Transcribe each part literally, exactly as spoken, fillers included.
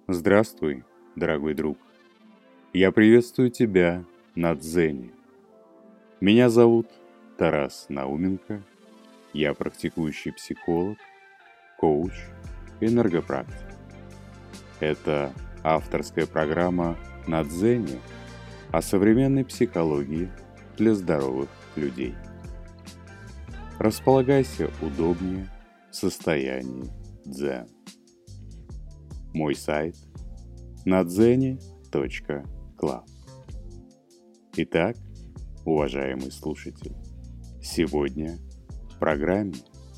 Здравствуй, дорогой друг. Я приветствую тебя на Дзене. Меня зовут Тарас Науменко. Я практикующий психолог, коуч, энергопрактик. Это авторская программа на Дзене о современной психологии для здоровых людей. Располагайся удобнее в состоянии дзен. Мой сайт надзене точка клаб. Итак, уважаемый слушатель, сегодня в программе.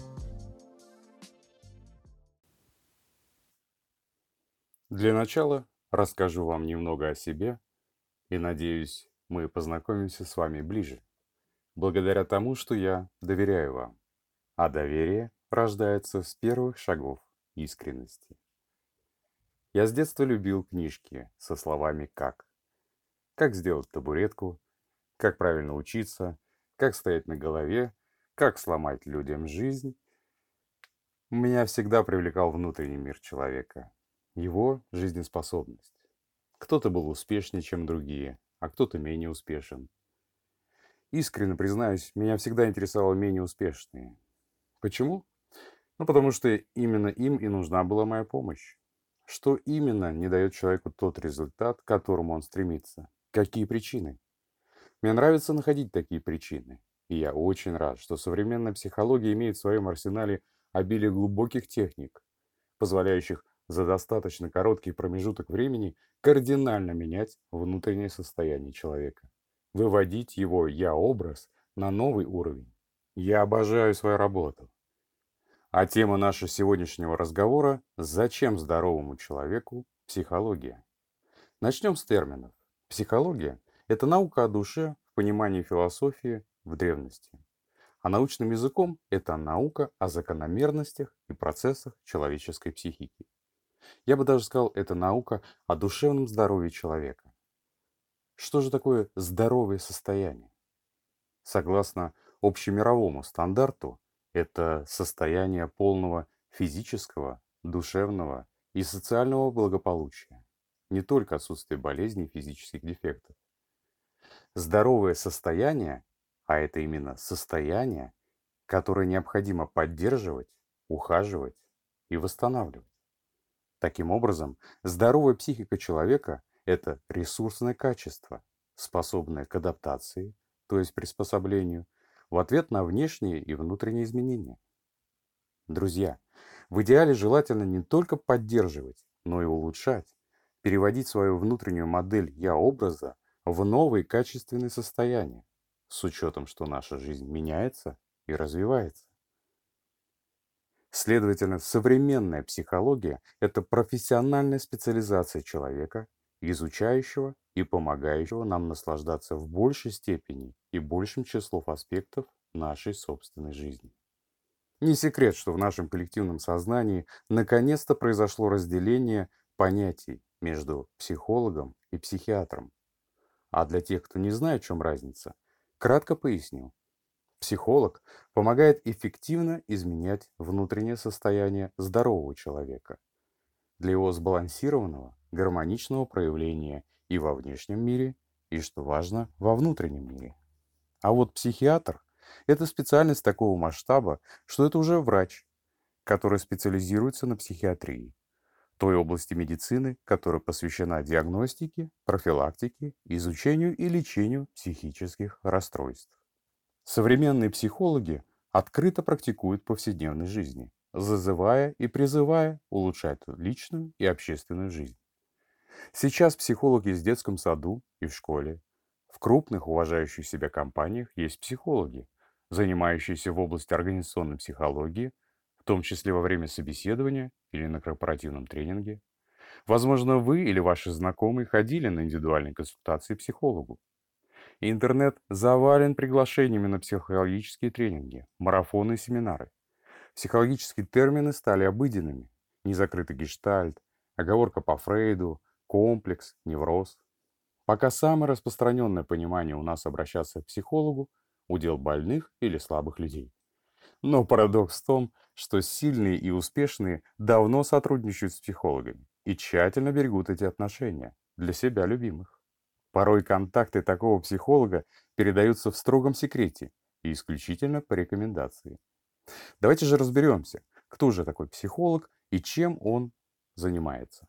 Для начала расскажу вам немного о себе и, надеюсь, мы познакомимся с вами ближе, благодаря тому, что я доверяю вам. А доверие рождается с первых шагов искренности. Я с детства любил книжки со словами «как». Как сделать табуретку, как правильно учиться, как стоять на голове, как сломать людям жизнь. Меня всегда привлекал внутренний мир человека, его жизнеспособность. Кто-то был успешнее, чем другие, а кто-то менее успешен. Искренне признаюсь, меня всегда интересовали менее успешные. Почему? Ну, потому что именно им и нужна была моя помощь. Что именно не дает человеку тот результат, к которому он стремится? Какие причины? Мне нравится находить такие причины. И я очень рад, что современная психология имеет в своем арсенале обилие глубоких техник, позволяющих за достаточно короткий промежуток времени кардинально менять внутреннее состояние человека, выводить его «я-образ» на новый уровень. Я обожаю свою работу. А тема нашего сегодняшнего разговора – «Зачем здоровому человеку психология?». Начнем с терминов. Психология – это наука о душе в понимании философии в древности. А научным языком – это наука о закономерностях и процессах человеческой психики. Я бы даже сказал, это наука о душевном здоровье человека. Что же такое здоровое состояние? Согласно общемировому стандарту, это состояние полного физического, душевного и социального благополучия, не только отсутствие болезней и физических дефектов. Здоровое состояние, а это именно состояние, которое необходимо поддерживать, ухаживать и восстанавливать. Таким образом, здоровая психика человека – это ресурсное качество, способное к адаптации, то есть приспособлению, в ответ на внешние и внутренние изменения. Друзья, в идеале желательно не только поддерживать, но и улучшать, переводить свою внутреннюю модель «я-образа» в новые качественные состояния, с учетом, что наша жизнь меняется и развивается. Следовательно, современная психология – это профессиональная специализация человека, изучающего и помогающего нам наслаждаться в большей степени и большим числом аспектов нашей собственной жизни. Не секрет, что в нашем коллективном сознании наконец-то произошло разделение понятий между психологом и психиатром. А для тех, кто не знает, в чем разница, кратко поясню. Психолог помогает эффективно изменять внутреннее состояние здорового человека для его сбалансированного, гармоничного проявления и во внешнем мире, и, что важно, во внутреннем мире. А вот психиатр – это специальность такого масштаба, что это уже врач, который специализируется на психиатрии, той области медицины, которая посвящена диагностике, профилактике, изучению и лечению психических расстройств. Современные психологи открыто практикуют в повседневной жизни, зазывая и призывая улучшать личную и общественную жизнь. Сейчас психологи в детском саду и в школе. В крупных, уважающих себя компаниях есть психологи, занимающиеся в области организационной психологии, в том числе во время собеседования или на корпоративном тренинге. Возможно, вы или ваши знакомые ходили на индивидуальные консультации к психологу. Интернет завален приглашениями на психологические тренинги, марафоны и семинары. Психологические термины стали обыденными. Незакрытый гештальт, оговорка по Фрейду, комплекс, невроз. Пока самое распространенное понимание у нас обращаться к психологу – удел больных или слабых людей. Но парадокс в том, что сильные и успешные давно сотрудничают с психологами. и тщательно берегут эти отношения для себя любимых. Порой контакты такого психолога передаются в строгом секрете и исключительно по рекомендации. Давайте же разберемся, кто же такой психолог и чем он занимается.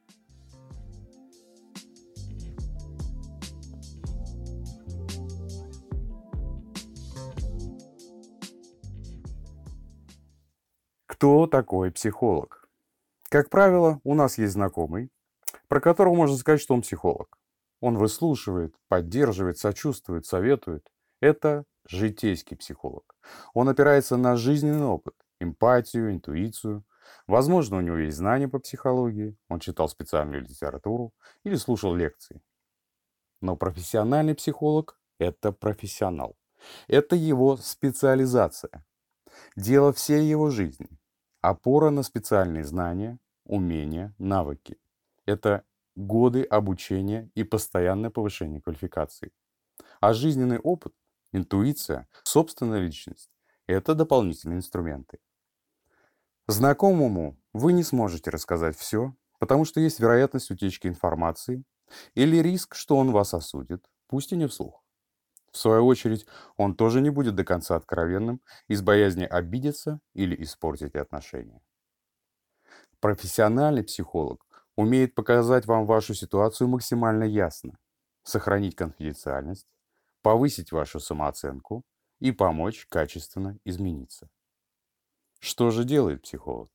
Кто такой психолог? Как правило, у нас есть знакомый, про которого можно сказать, что он психолог. Он выслушивает, поддерживает, сочувствует, советует. Это житейский психолог. Он опирается на жизненный опыт, эмпатию, интуицию. Возможно, у него есть знания по психологии, он читал специальную литературу или слушал лекции. Но профессиональный психолог– это профессионал. Это его специализация. Дело всей его жизни. Опора на специальные знания, умения, навыки. Это годы обучения и постоянное повышение квалификации. А жизненный опыт, интуиция, собственная личность– это дополнительные инструменты. Знакомому вы не сможете рассказать все, потому что есть вероятность утечки информации или риск, что он вас осудит, пусть и не вслух. В свою очередь, он тоже не будет до конца откровенным из боязни обидеться или испортить отношения. Профессиональный психолог умеет показать вам вашу ситуацию максимально ясно, сохранить конфиденциальность, повысить вашу самооценку и помочь качественно измениться. Что же делает психолог?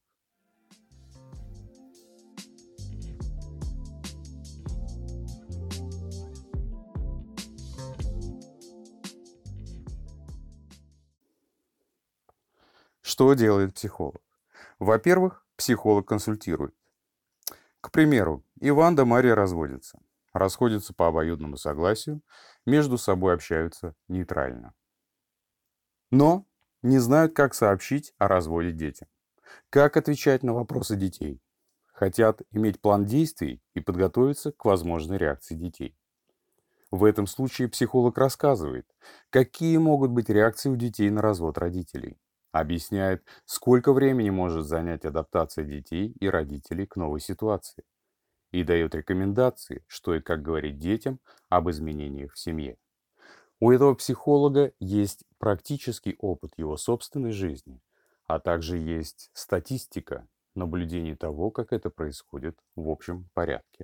Что делает психолог? Во-первых, психолог консультирует. К примеру, Иван да Мария разводятся, расходятся по обоюдному согласию, между собой общаются нейтрально. Но не знают, как сообщить о разводе детям, как отвечать на вопросы детей. Хотят иметь план действий и подготовиться к возможной реакции детей. В этом случае психолог рассказывает, какие могут быть реакции у детей на развод родителей. Объясняет, сколько времени может занять адаптация детей и родителей к новой ситуации. И дает рекомендации, что и как говорить детям об изменениях в семье. У этого психолога есть практический опыт его собственной жизни, а также есть статистика наблюдений того, как это происходит в общем порядке.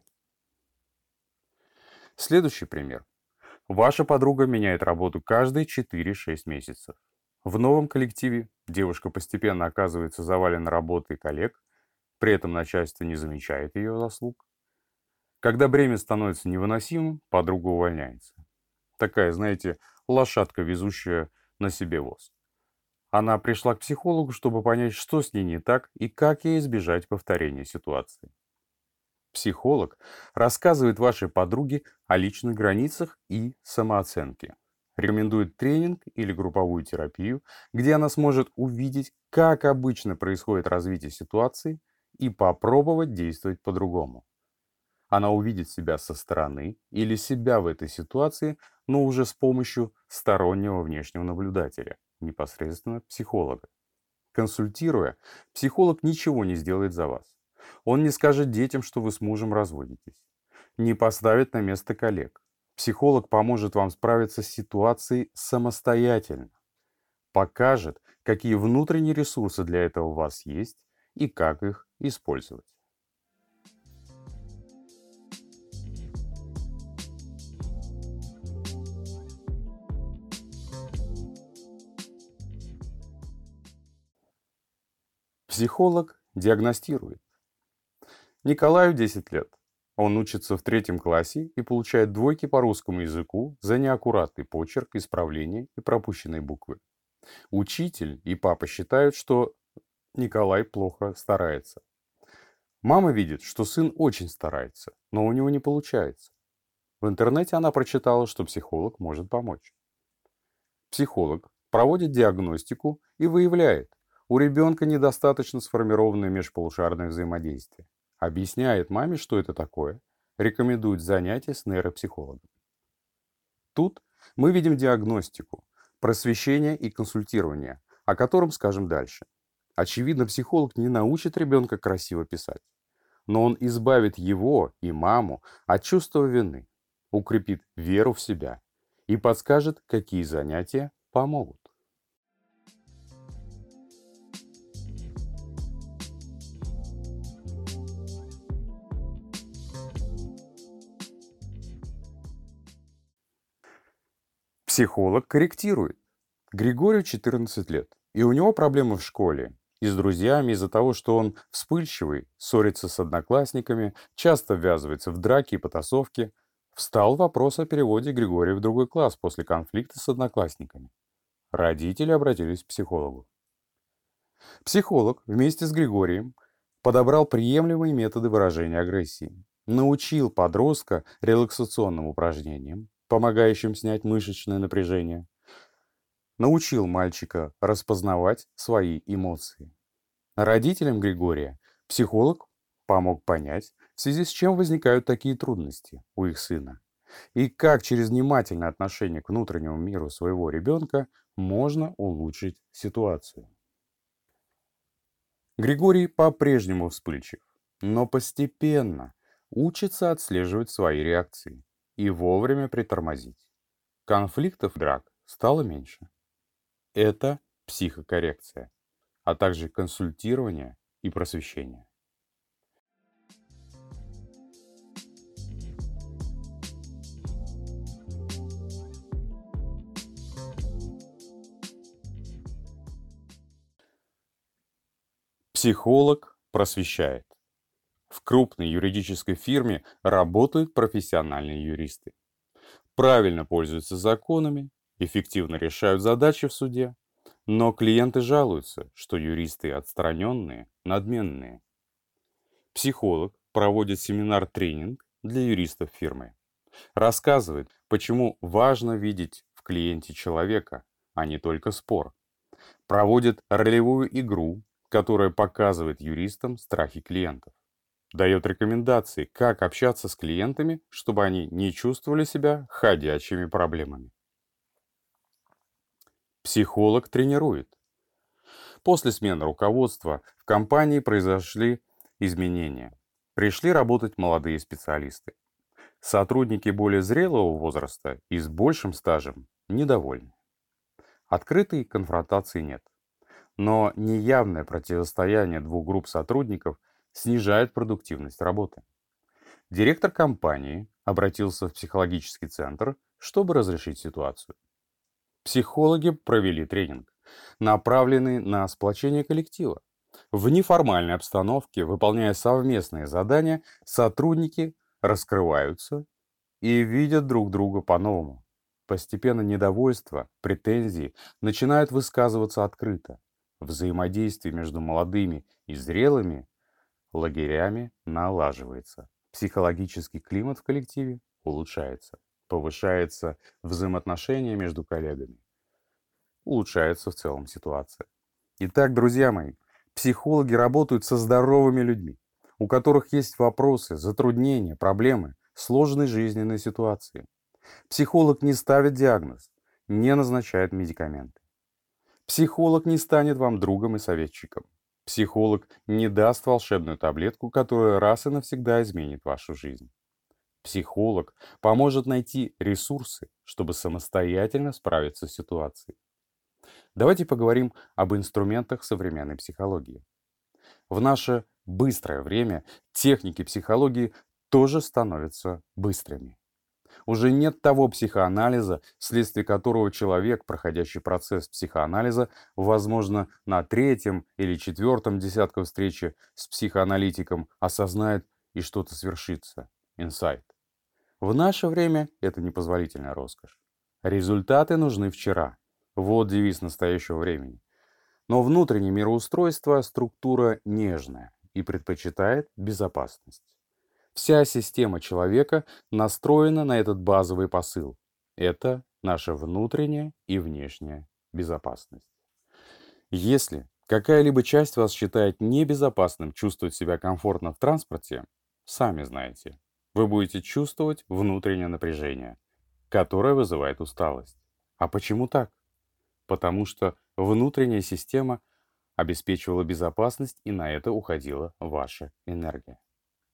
Следующий пример. Ваша подруга меняет работу каждые четыре-шесть месяцев. В новом коллективе девушка постепенно оказывается завалена работой коллег, при этом начальство не замечает ее заслуг. Когда бремя становится невыносимым, подруга увольняется. Такая, знаете, лошадка, везущая на себе воз. Она пришла к психологу, чтобы понять, что с ней не так и как ей избежать повторения ситуации. Психолог рассказывает вашей подруге о личных границах и самооценке. Рекомендует тренинг или групповую терапию, где она сможет увидеть, как обычно происходит развитие ситуации и попробовать действовать по-другому. Она увидит себя со стороны или себя в этой ситуации, но уже с помощью стороннего внешнего наблюдателя, непосредственно психолога. Консультируя, психолог ничего не сделает за вас. Он не скажет детям, что вы с мужем разводитесь, не поставит на место коллег. Психолог поможет вам справиться с ситуацией самостоятельно, покажет, какие внутренние ресурсы для этого у вас есть и как их использовать. Психолог диагностирует. Николаю десять лет. Он учится в третьем классе и получает двойки по русскому языку за неаккуратный почерк, исправление и пропущенные буквы. Учитель и папа считают, что Николай плохо старается. Мама видит, что сын очень старается, но у него не получается. В интернете она прочитала, что психолог может помочь. Психолог проводит диагностику и выявляет, у ребенка недостаточно сформированное межполушарное взаимодействие. Объясняет маме, что это такое, рекомендует занятия с нейропсихологом. Тут мы видим диагностику, просвещение и консультирование, о котором скажем дальше. Очевидно, психолог не научит ребенка красиво писать. но он избавит его и маму от чувства вины, укрепит веру в себя и подскажет, какие занятия помогут. Психолог корректирует. Григорию четырнадцать лет, и у него проблемы в школе. И с друзьями из-за того, что он вспыльчивый, ссорится с одноклассниками, часто ввязывается в драки и потасовки. Встал вопрос о переводе Григория в другой класс после конфликта с одноклассниками. Родители обратились к психологу. Психолог вместе с Григорием подобрал приемлемые методы выражения агрессии, научил подростка релаксационным упражнениям, помогающим снять мышечное напряжение, научил мальчика распознавать свои эмоции. Родителям Григория психолог помог понять, в связи с чем возникают такие трудности у их сына, и как через внимательное отношение к внутреннему миру своего ребенка можно улучшить ситуацию. Григорий по-прежнему вспыльчив, но постепенно учится отслеживать свои реакции и вовремя притормозить. Конфликтов и драк стало меньше. Это психокоррекция, а также консультирование и просвещение. Психолог просвещает. В крупной юридической фирме работают профессиональные юристы. Правильно пользуются законами, эффективно решают задачи в суде, но клиенты жалуются, что юристы отстраненные, надменные. Психолог проводит семинар-тренинг для юристов фирмы. Рассказывает, почему важно видеть в клиенте человека, а не только спор. Проводит ролевую игру, которая показывает юристам страхи клиентов. Дает рекомендации, как общаться с клиентами, чтобы они не чувствовали себя ходячими проблемами. Психолог тренирует. После смены руководства в компании произошли изменения. Пришли работать молодые специалисты. Сотрудники более зрелого возраста и с большим стажем недовольны. Открытой конфронтации нет. Но неявное противостояние двух групп сотрудников снижает продуктивность работы. Директор компании обратился в психологический центр, чтобы разрешить ситуацию. Психологи провели тренинг, направленный на сплочение коллектива. В неформальной обстановке, выполняя совместные задания, сотрудники раскрываются и видят друг друга по-новому. Постепенно недовольство, претензии начинают высказываться открыто. Взаимодействие между молодыми и зрелыми лагерями налаживается. Психологический климат в коллективе улучшается. Повышается взаимоотношения между коллегами. Улучшается в целом ситуация. Итак, друзья мои, психологи работают со здоровыми людьми, у которых есть вопросы, затруднения, проблемы, сложные жизненные ситуации. Психолог не ставит диагноз, не назначает медикаменты. Психолог не станет вам другом и советчиком. Психолог не даст волшебную таблетку, которая раз и навсегда изменит вашу жизнь. Психолог поможет найти ресурсы, чтобы самостоятельно справиться с ситуацией. Давайте поговорим об инструментах современной психологии. В наше быстрое время техники психологии тоже становятся быстрыми. Уже нет того психоанализа, вследствие которого человек, проходящий процесс психоанализа, возможно, на третьем или четвертом десятка встречи с психоаналитиком осознает и что-то свершится. Инсайт. В наше время это непозволительная роскошь. Результаты нужны вчера. Вот девиз настоящего времени. Но внутреннее мироустройство — структура нежная и предпочитает безопасность. Вся система человека настроена на этот базовый посыл. Это наша внутренняя и внешняя безопасность. Если какая-либо часть вас считает небезопасным чувствовать себя комфортно в транспорте, сами знаете, вы будете чувствовать внутреннее напряжение, которое вызывает усталость. А почему так? Потому что внутренняя система обеспечивала безопасность, и на это уходила ваша энергия.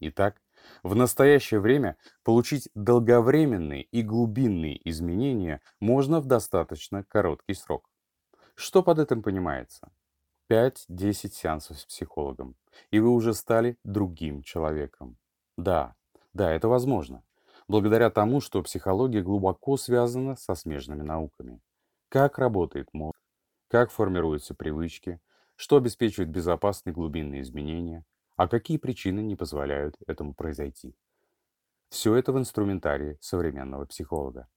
Итак, в настоящее время получить долговременные и глубинные изменения можно в достаточно короткий срок. Что под этим понимается? Пять-десять сеансов с психологом, и вы уже стали другим человеком. Да, да, это возможно. Благодаря тому, что психология глубоко связана со смежными науками. Как работает мозг, как формируются привычки, что обеспечивает безопасные глубинные изменения, а какие причины не позволяют этому произойти. Все это в инструментарии современного психолога.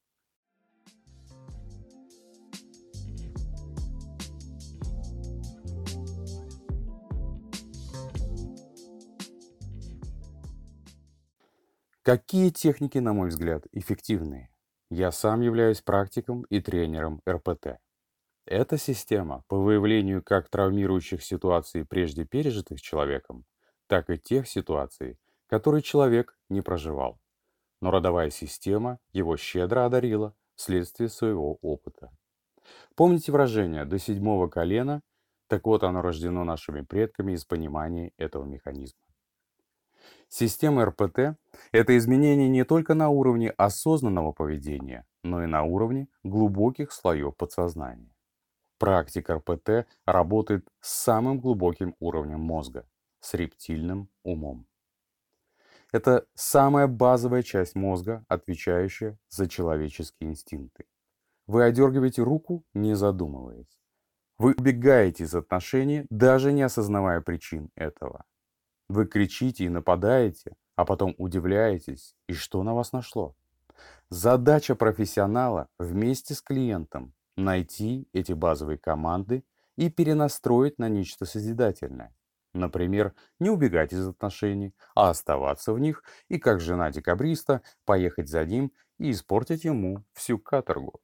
Какие техники, на мой взгляд, эффективные? Я сам являюсь практиком и тренером эр пэ тэ. Это система по выявлению как травмирующих ситуаций, прежде пережитых человеком, так и тех ситуаций, которые человек не проживал. Но родовая система его щедро одарила вследствие своего опыта. Помните выражение «до седьмого колена»? Так вот, оно рождено нашими предками из понимания этого механизма. Система эр пэ тэ– это изменение не только на уровне осознанного поведения, но и на уровне глубоких слоев подсознания. Практика эр пэ тэ работает с самым глубоким уровнем мозга, с рептильным умом. Это самая базовая часть мозга, отвечающая за человеческие инстинкты. Вы одергиваете руку, не задумываясь. Вы убегаете из отношений, даже не осознавая причин этого. Вы кричите и нападаете, а потом удивляетесь, и что на вас нашло. Задача профессионала вместе с клиентом найти эти базовые команды и перенастроить на нечто созидательное. Например, не убегать из отношений, а оставаться в них и, как жена декабриста, поехать за ним и испортить ему всю каторгу.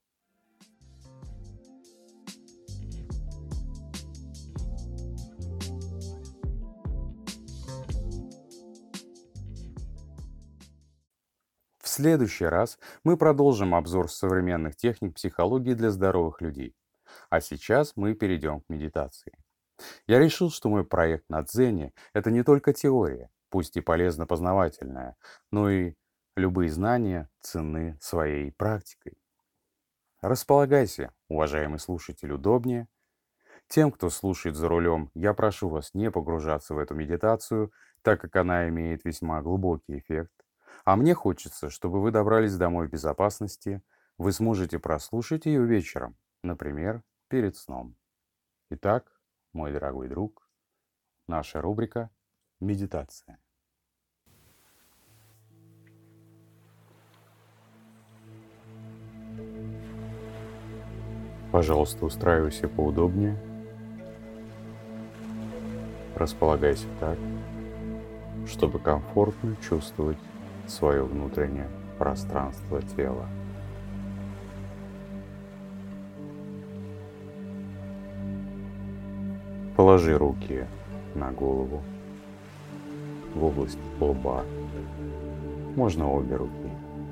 В следующий раз мы продолжим обзор современных техник психологии для здоровых людей. А сейчас мы перейдем к медитации. Я решил, что мой проект на Дзене– это не только теория, пусть и полезно-познавательная, но и любые знания ценны своей практикой. Располагайся, уважаемый слушатель, удобнее. Тем, кто слушает за рулем, я прошу вас не погружаться в эту медитацию, так как она имеет весьма глубокий эффект. А мне хочется, чтобы вы добрались домой в безопасности. Вы сможете прослушать ее вечером, например, перед сном. Итак, мой дорогой друг, наша рубрика «Медитация». Пожалуйста, устраивайся поудобнее. Располагайся так, чтобы комфортно чувствовать свое внутреннее пространство тела. Положи руки на голову, в область лба, можно обе руки.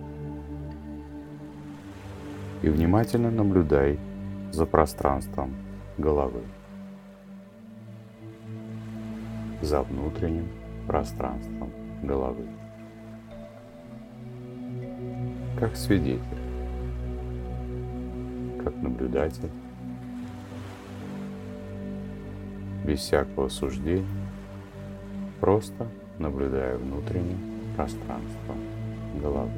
И внимательно наблюдай за пространством головы, за внутренним пространством головы. Как свидетель, как наблюдатель, без всякого суждения, просто наблюдая внутреннее пространство головы.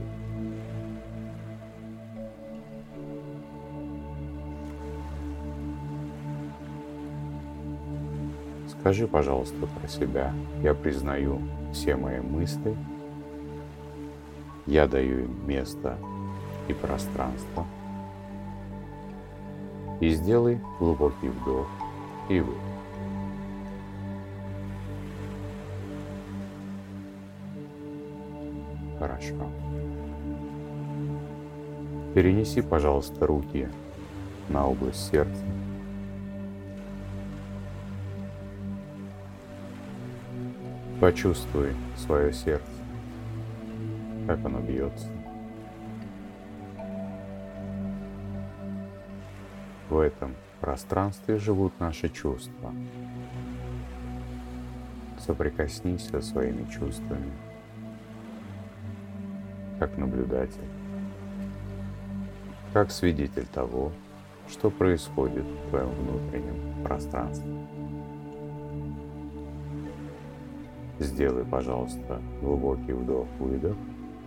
Скажи, пожалуйста, про себя: я признаю все мои мысли, я даю им место и пространство. И сделай глубокий вдох и выдох. Хорошо. Перенеси, пожалуйста, руки на область сердца. Почувствуй свое сердце, как оно бьется. В этом пространстве живут наши чувства. Соприкоснись со своими чувствами как наблюдатель, как свидетель того, что происходит в твоем внутреннем пространстве. Сделай, пожалуйста, глубокий вдох-выдох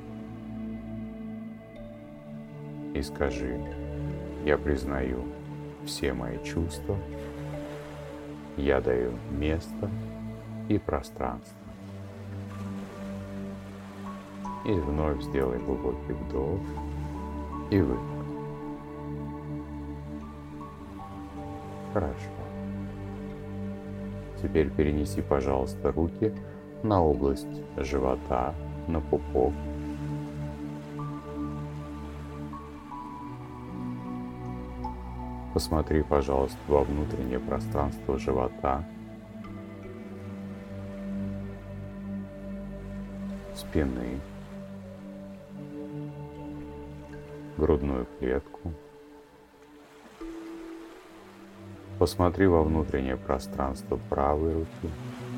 и скажи: я признаю все мои чувства, я даю место и пространство. И вновь сделай глубокий вдох и выдох. Хорошо. Теперь перенеси, пожалуйста, руки на область живота, на пупок. Посмотри, пожалуйста, во внутреннее пространство живота, спины, грудную клетку. Посмотри во внутреннее пространство правой руки.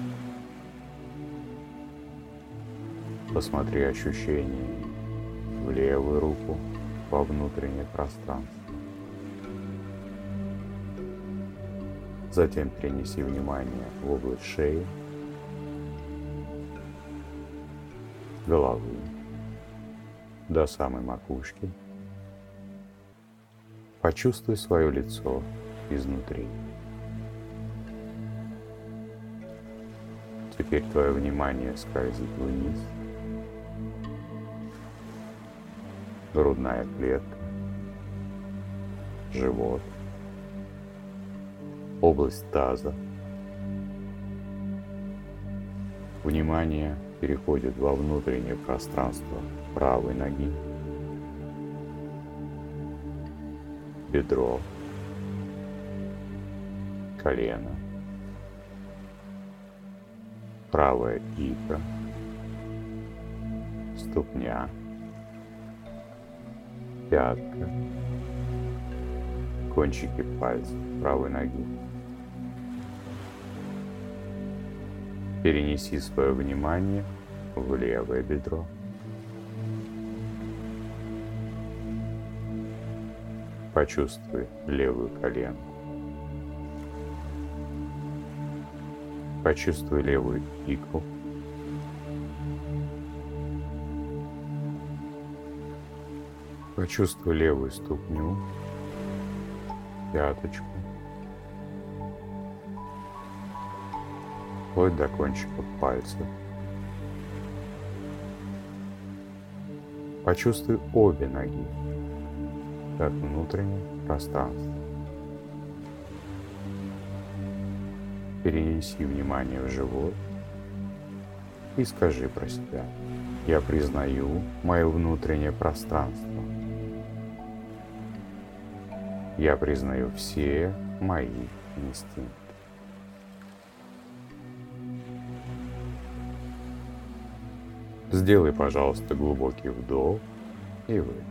Посмотри ощущения в левую руку, во внутреннее пространство. Затем перенеси внимание в область шеи, головы, до самой макушки. Почувствуй свое лицо изнутри. Теперь твое внимание скользит вниз. Грудная клетка, живот, область таза. Внимание переходит во внутреннее пространство правой ноги, бедро, колено, правая икра, ступня, пятка, кончики пальцев правой ноги. Перенеси свое внимание в левое бедро. Почувствуй левую коленку. Почувствуй левую икру. Почувствуй левую ступню, пяточку, вплоть до кончиков пальцев. Почувствуй обе ноги, как внутреннее пространство. Перенеси внимание в живот и скажи про себя: я признаю мое внутреннее пространство. Я признаю все мои инстинкты. Сделай, пожалуйста, глубокий вдох и выдох.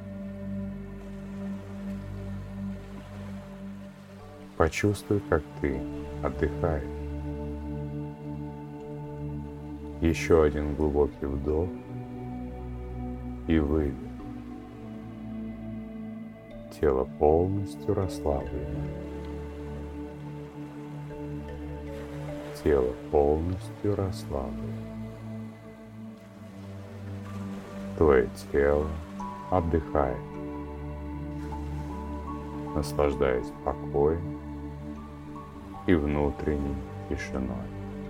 Почувствуй, как ты отдыхаешь. Еще один глубокий вдох и выдох. Тело полностью расслаблено. Тело полностью расслаблено. Твое тело отдыхает, наслаждаясь покоем и внутренней тишиной.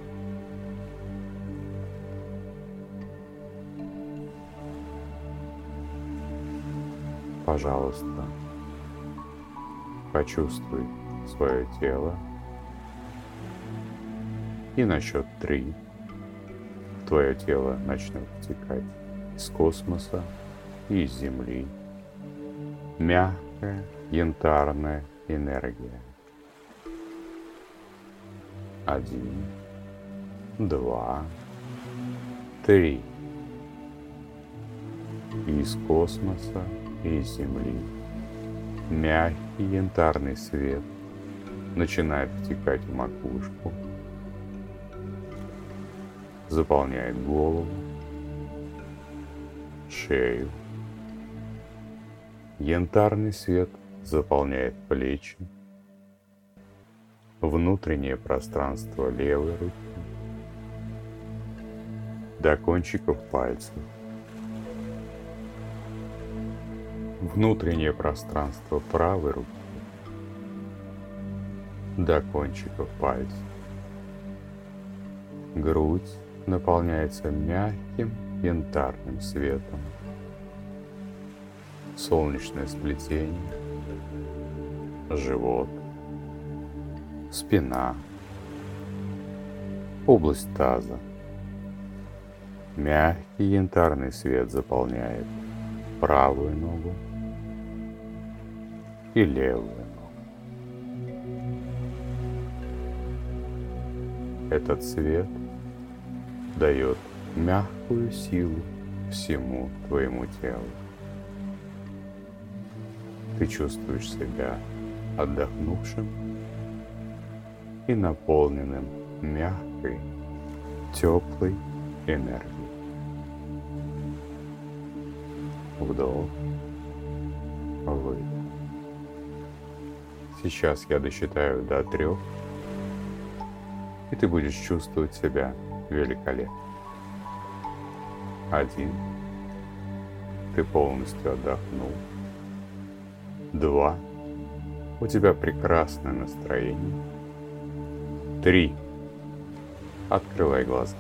Пожалуйста, почувствуй свое тело, и на счет три твое тело начнет втекать из космоса и из Земли. Мягкая янтарная энергия. Один, два, три. Из космоса и из Земли мягкий янтарный свет начинает втекать в макушку, заполняет голову, шею. Янтарный свет заполняет плечи, внутреннее пространство левой руки, до кончиков пальцев, внутреннее пространство правой руки, до кончиков пальцев. Грудь наполняется мягким янтарным светом. Солнечное сплетение, живот, спина, область таза. Мягкий янтарный свет заполняет правую ногу и левую ногу. Этот свет дает мягкую силу всему твоему телу. Ты чувствуешь себя отдохнувшим и наполненным мягкой, теплой энергией. Вдох, выдох. Сейчас я досчитаю до трех, и ты будешь чувствовать себя великолепно. Один. Ты полностью отдохнул. Два. У тебя прекрасное настроение. Три. Открывай глаза.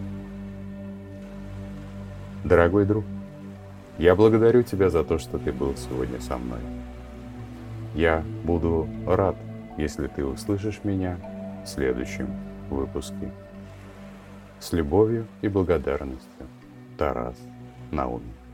Дорогой друг, я благодарю тебя за то, что ты был сегодня со мной. Я буду рад, если ты услышишь меня в следующем выпуске. С любовью и благодарностью, Тарас Наумин.